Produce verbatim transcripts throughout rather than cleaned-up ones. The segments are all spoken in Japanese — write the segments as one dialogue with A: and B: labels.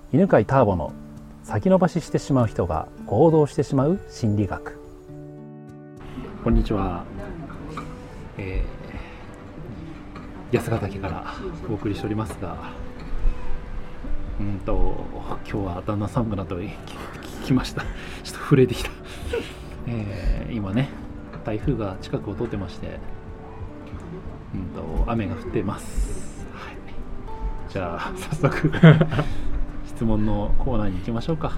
A: 犬飼ターボの先延ばししてしまう人が行動してしまう心理学。こんにちは、えー、八ヶ岳からお送りしておりますが、うんと今日はだんだん寒くなってきました。ちょっと震えてきた、えー、今ね台風が近くを通ってまして、うんと雨が降っています、はい、じゃあ早速質問のコーナーに行きましょうか。はい、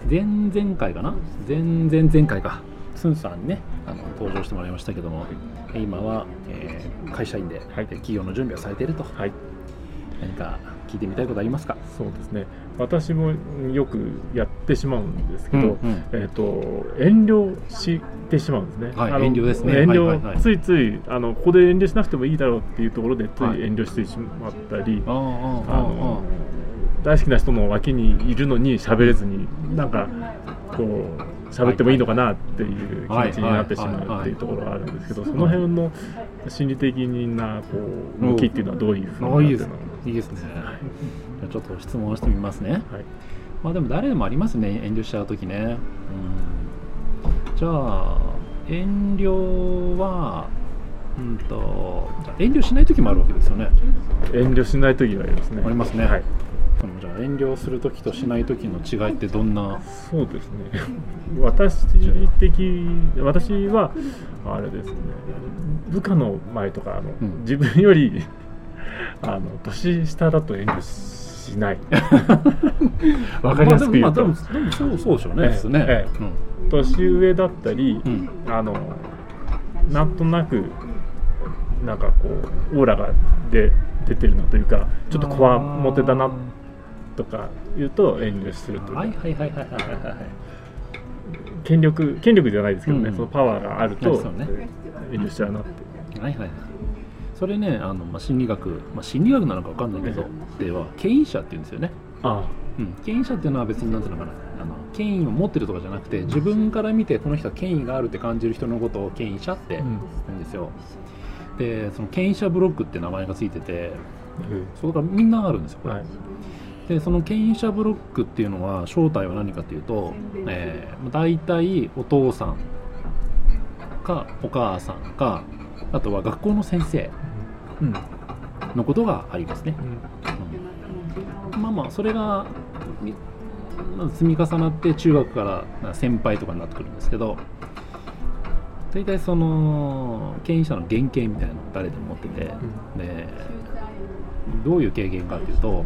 A: 前々回かな前々前回かスンさんにねあの登場してもらいましたけども、今は、えー、会社員で、はい、企業の準備をされていると、はい、何か聞いてみたいことありますか？
B: そうですね、私もよくやってしまうんですけど、うんうん、えーと、遠慮してしまうんですね、
A: はい、遠慮ですね。
B: 遠慮、
A: はいはいはい、
B: ついついあのここで遠慮しなくてもいいだろうっていうところでつい遠慮してしまったり、はい、あの大好きな人の脇にいるのに喋れずになんかこう喋ってもいいのかなっていう気持ちになってしまうっていうところがあるんですけど、その辺の心理的なこう向きっていうのはどういうふうになってるのか。
A: いいですね、はい、じゃあちょっと質問してみますね、はい、まあでも誰でもありますね、遠慮しちゃうときね。うん、じゃあ遠慮はうんと遠慮しないときもあるわけですよね。
B: 遠慮しないときはありますね。
A: ありますね、
B: はい。
A: じゃあ遠慮するときとしないときの違いってどんな？
B: そうですね、私的私はあれですね、部下の前とかあの、うん、自分よりあの年下だと遠慮しないわかりやすく言うと、まあ、でも
A: そうそうでしょうね、ですね、ええ
B: うん、年上だったり、うん、あのなんとなくなんかこうオーラがで出てるなというか、ちょっとこわもてだなとか言うと遠慮するというか、はいはいはいはいはいはい、権力権力じゃないですけどね、うん、そのパワーがあると、ね、遠慮しちゃうなって。
A: はいはいはい。それね、あのまあ、心理学、まあ、心理学なのか分かんないけど、では権威者って言うんですよね。ああ、うん、権威者っていうのは別に何ていうのかな、あの権威を持ってるとかじゃなくて、自分から見てこの人は権威があるって感じる人のことを権威者って言うんですよ、うん、でその権威者ブロックって名前がついてて、うん、それからみんなあるんですよこれ、はい、でその権威者ブロックっていうのは正体は何かというと、えー、大体お父さんかお母さんか、あとは学校の先生のことがありますね、うんうん、まあまあそれが積み重なって中学から先輩とかになってくるんですけど、大体その権威者の原型みたいなのを誰でも持ってて、うん、でどういう経験かというと、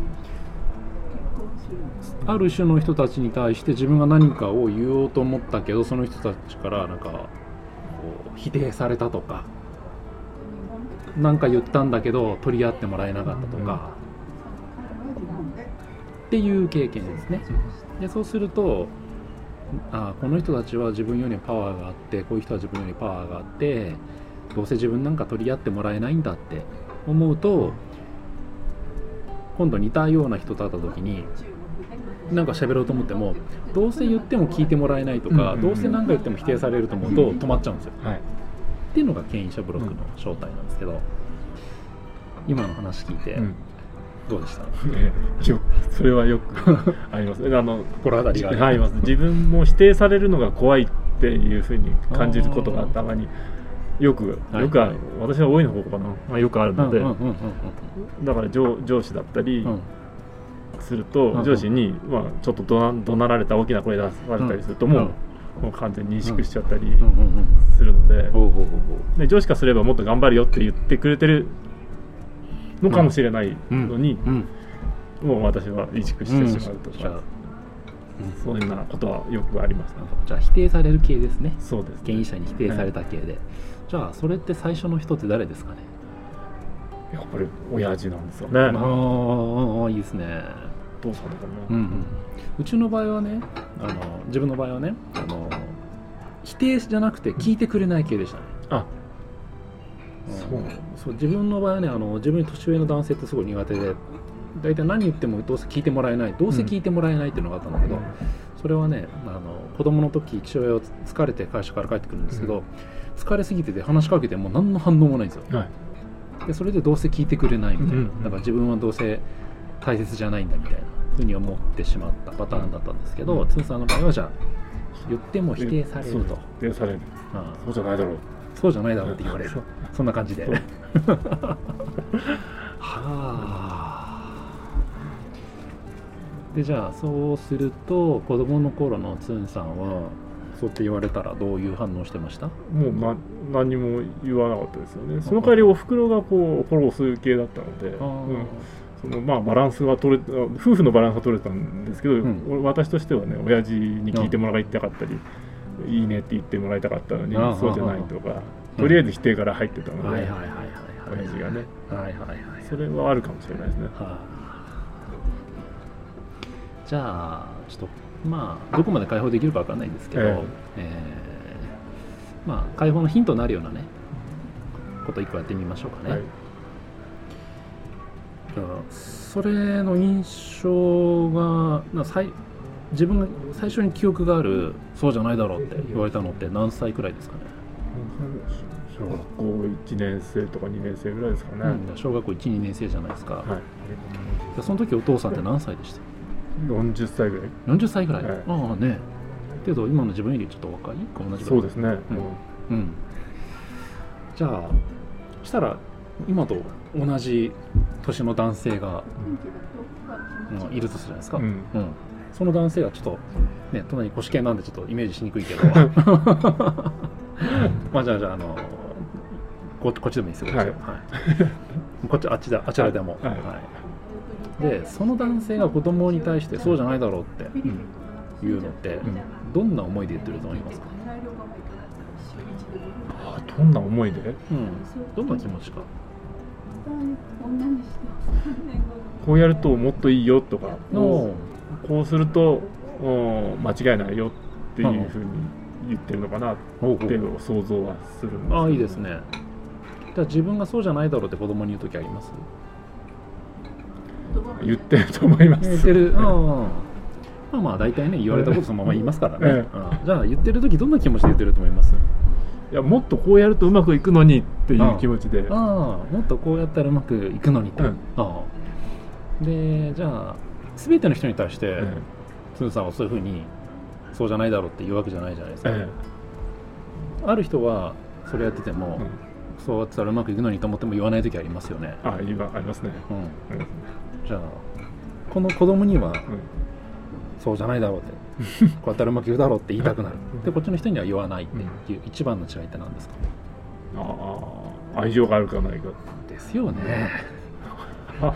A: ある種の人たちに対して自分が何かを言おうと思ったけど、その人たちからなんかこう否定されたとか、なんか言ったんだけど取り合ってもらえなかったとか、っていう経験ですね。でそうすると、あこの人たちは自分よりパワーがあって、こういう人は自分よりパワーがあって、どうせ自分なんか取り合ってもらえないんだって思うと、今度似たような人と会った時になんか喋ろうと思っても、どうせ言っても聞いてもらえないとか、うんうんうん、どうせ何か言っても否定されると思うと止まっちゃうんですよ、はい、っていうのが権威者ブロックの正体なんですけど、うん、今の話聞いてどうでした？
B: それはよくありますあの
A: 心当たりが
B: あります。自分も否定されるのが怖いっていうふうに感じることがたまによくよくある、はいはい、私は多いの方かな、まあ、よくあるので、だから 上, 上司だったりすると、うん、上司に、まあ、ちょっと怒 鳴, 怒鳴られた大きな声出されたりすると、うん、もう、もう完全に認識しちゃったりするので、で上司からすればもっと頑張るよって言ってくれてるのかもしれないのに、うんうん、もう私は萎縮してしまうとか、うん、そういうようなことはよくあります、ね、
A: じゃあ否定される系ですね。
B: そうですね、
A: 権威者に否定された系で、はい、じゃあそれって最初の人って誰ですかね？
B: やっぱり親父なんですよね。
A: ああいいですね。
B: どうされたかな、
A: うんうん、うちの場合はね、あの自分の場合はね、あの否定じゃなくて聞いてくれない系でしたね、うん、あそうそう自分の場合はね、あの自分に年上の男性ってすごい苦手で、大体何言ってもどうせ聞いてもらえないどうせ聞いてもらえないっていうのがあったんだけど、うん、それはね、あの子供の時父親は疲れて会社から帰ってくるんですけど、うん、疲れすぎてて話しかけても何の反応もないんですよ、はい、でそれでどうせ聞いてくれないみたいな、うん、だから自分はどうせ大切じゃないんだみたいなふうに思ってしまったパターンだったんですけど、うん、つんさんの場合はじゃあ言っても否定されると。
B: 否定される、ああそうじゃないだろう
A: そうじゃないだろうって言われるそんな感じではあ。でじゃあそうすると子供の頃のつんさんはそうって言われたらどういう反応してました？
B: もう、ま、何も言わなかったですよね。その代わりおふくろがこうフォローする系だったので、うん、そのまあバランスは取れ夫婦のバランスは取れたんですけど、うん、私としてはね親父に聞いてもらいたかったり、うん、いいねって言ってもらいたかったのにそうじゃないとか、とりあえず否定から入ってたので、親父がね、はいはいはい、それはあるかもしれないですね。はあ、
A: じゃあちょっとまあどこまで解放できるかわからないんですけど、えーえー、まあ解放のヒントになるようなねこといっこやってみましょうかね。はい、それの印象がな最自分が最初に記憶があるそうじゃないだろうって言われたのって何歳くらいですかね？
B: 小学校いちねん生とかにねん生ぐらいですかね。
A: うん、小学校いち、にねん生じゃないですか。はい、その時お父さんって何歳でした？
B: よんじゅっさいぐらい。
A: よんじゅっさいぐらい。はい、ああね。けど今の自分よりちょっと若いか同じぐらい。
B: そうですね。うん。
A: うん、じゃあしたら今と同じ年の男性が、うん、いるとするじゃないですか。うん。うん、その男性はちょっとね隣に腰犬なんでちょっとイメージしにくいけど。まあじゃあじゃああのこ, こっちでもいいですよ。こっちでも。はいはい、こっちあっちだあちらでも。はい。はいでその男性が子供に対してそうじゃないだろうっていうのって、うん、どんな思いで言ってると思いますか？
B: あどんな思いで、うん、
A: どんな気持ちか。
B: こうやるともっといいよとかこうすると間違いないよっていうふうに言ってるのかなっていう想像はするんですけど。
A: あいいですね。じゃあ自分がそうじゃないだろうって子供に言うときあります？
B: 言ってると思います。
A: 言ってる。あまあまあ大体ね言われたことそのまま言いますからね。ええ、じゃあ言ってる時どんな気持ちで言ってると思います？
B: いやもっとこうやるとうまくいくのにっていう気持ちで。
A: ああもっとこうやったらうまくいくのにと。うん、あでじゃあ全ての人に対してつんさんはそういうふうにそうじゃないだろうって言うわけじゃないじゃないですか。ええ、ある人はそれやってても、うん、そうやってたらうまくいくのにと思っても言わない時ありますよね。
B: ああ今ありますね。
A: うん、じゃあこの子供には、うん、そうじゃないだろうってこうやったらうまくいくだろうって言いたくなるでこっちの人には言わないっていう一番の違いって何ですか？
B: ああ愛情があるかないか
A: ですよね。
B: あ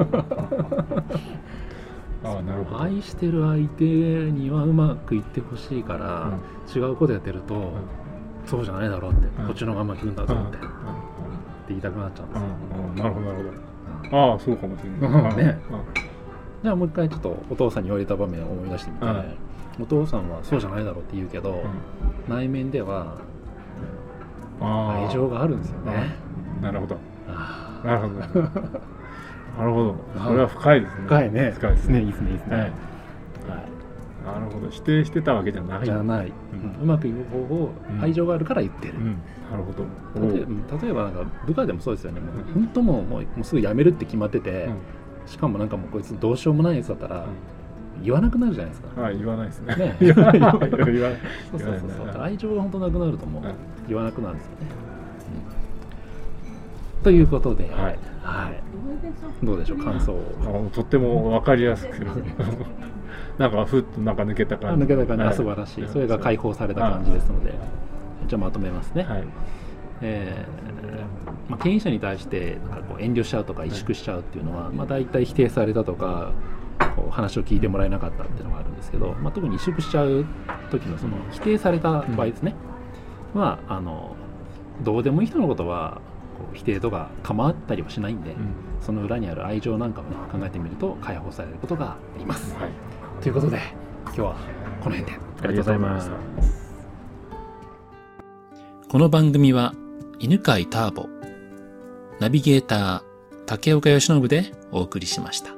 B: あなるほど。
A: 愛してる相手にはうまくいってほしいから、うん、違うことやってると、うん、そうじゃないだろうって、うん、こっちの方がうまくいくんだぞって、うん、って言いたくなっちゃうんですよ。
B: うんうん、なるほどなるほど。ああそうかもしれない、ね、
A: じゃあもう一回ちょっとお父さんに言われた場面を思い出してみて、ね、お父さんはそうじゃないだろうって言うけど、うん、内面では愛情があるんですよね。
B: なるほどなるほどなるほど。これは深いですね。
A: 深いね。
B: 深いですね。
A: いいですねいいですね、はい、
B: なるほど。否定してたわけじゃない
A: じゃない、うん、うまくいく方法愛情があるから言ってる、うんうん、
B: なるほ
A: ど。例えば、例えばなんか部下でもそうですよね。もう本当もう、もうすぐ辞めるって決まってて、うん、しかもなんかもうこいつどうしようもないやつだったら、うん、言わなくなるじゃないですか。
B: はい、言わないですね。
A: ね
B: 言わない。言わない。
A: そうそうそうそう。愛情が本当なくなるともう言わなくなるんですよね。うん、ということで、はい、はい、どうでしょう感想を。
B: とっても分かりやすくなんかふっとなんか抜けた感じ。
A: 抜けた感じ、はい、素晴らしい。それが解放された感じですので、じゃあまとめますね。はい、えーまあ、経営者に対してなんかこう遠慮しちゃうとか萎縮しちゃうっていうのは、はい、まあ、大体否定されたとかこう話を聞いてもらえなかったっていうのがあるんですけど、まあ、特に萎縮しちゃう時のその否定された場合ですね、うん、はあのどうでもいい人のことはこう否定とか構ったりはしないんで、うん、その裏にある愛情なんかを、ね、考えてみると解放されることがあります、はい、ということで今日はこの辺で
B: ありがとうございました。
A: この番組は犬飼ターボナビゲーター竹岡由伸でお送りしました。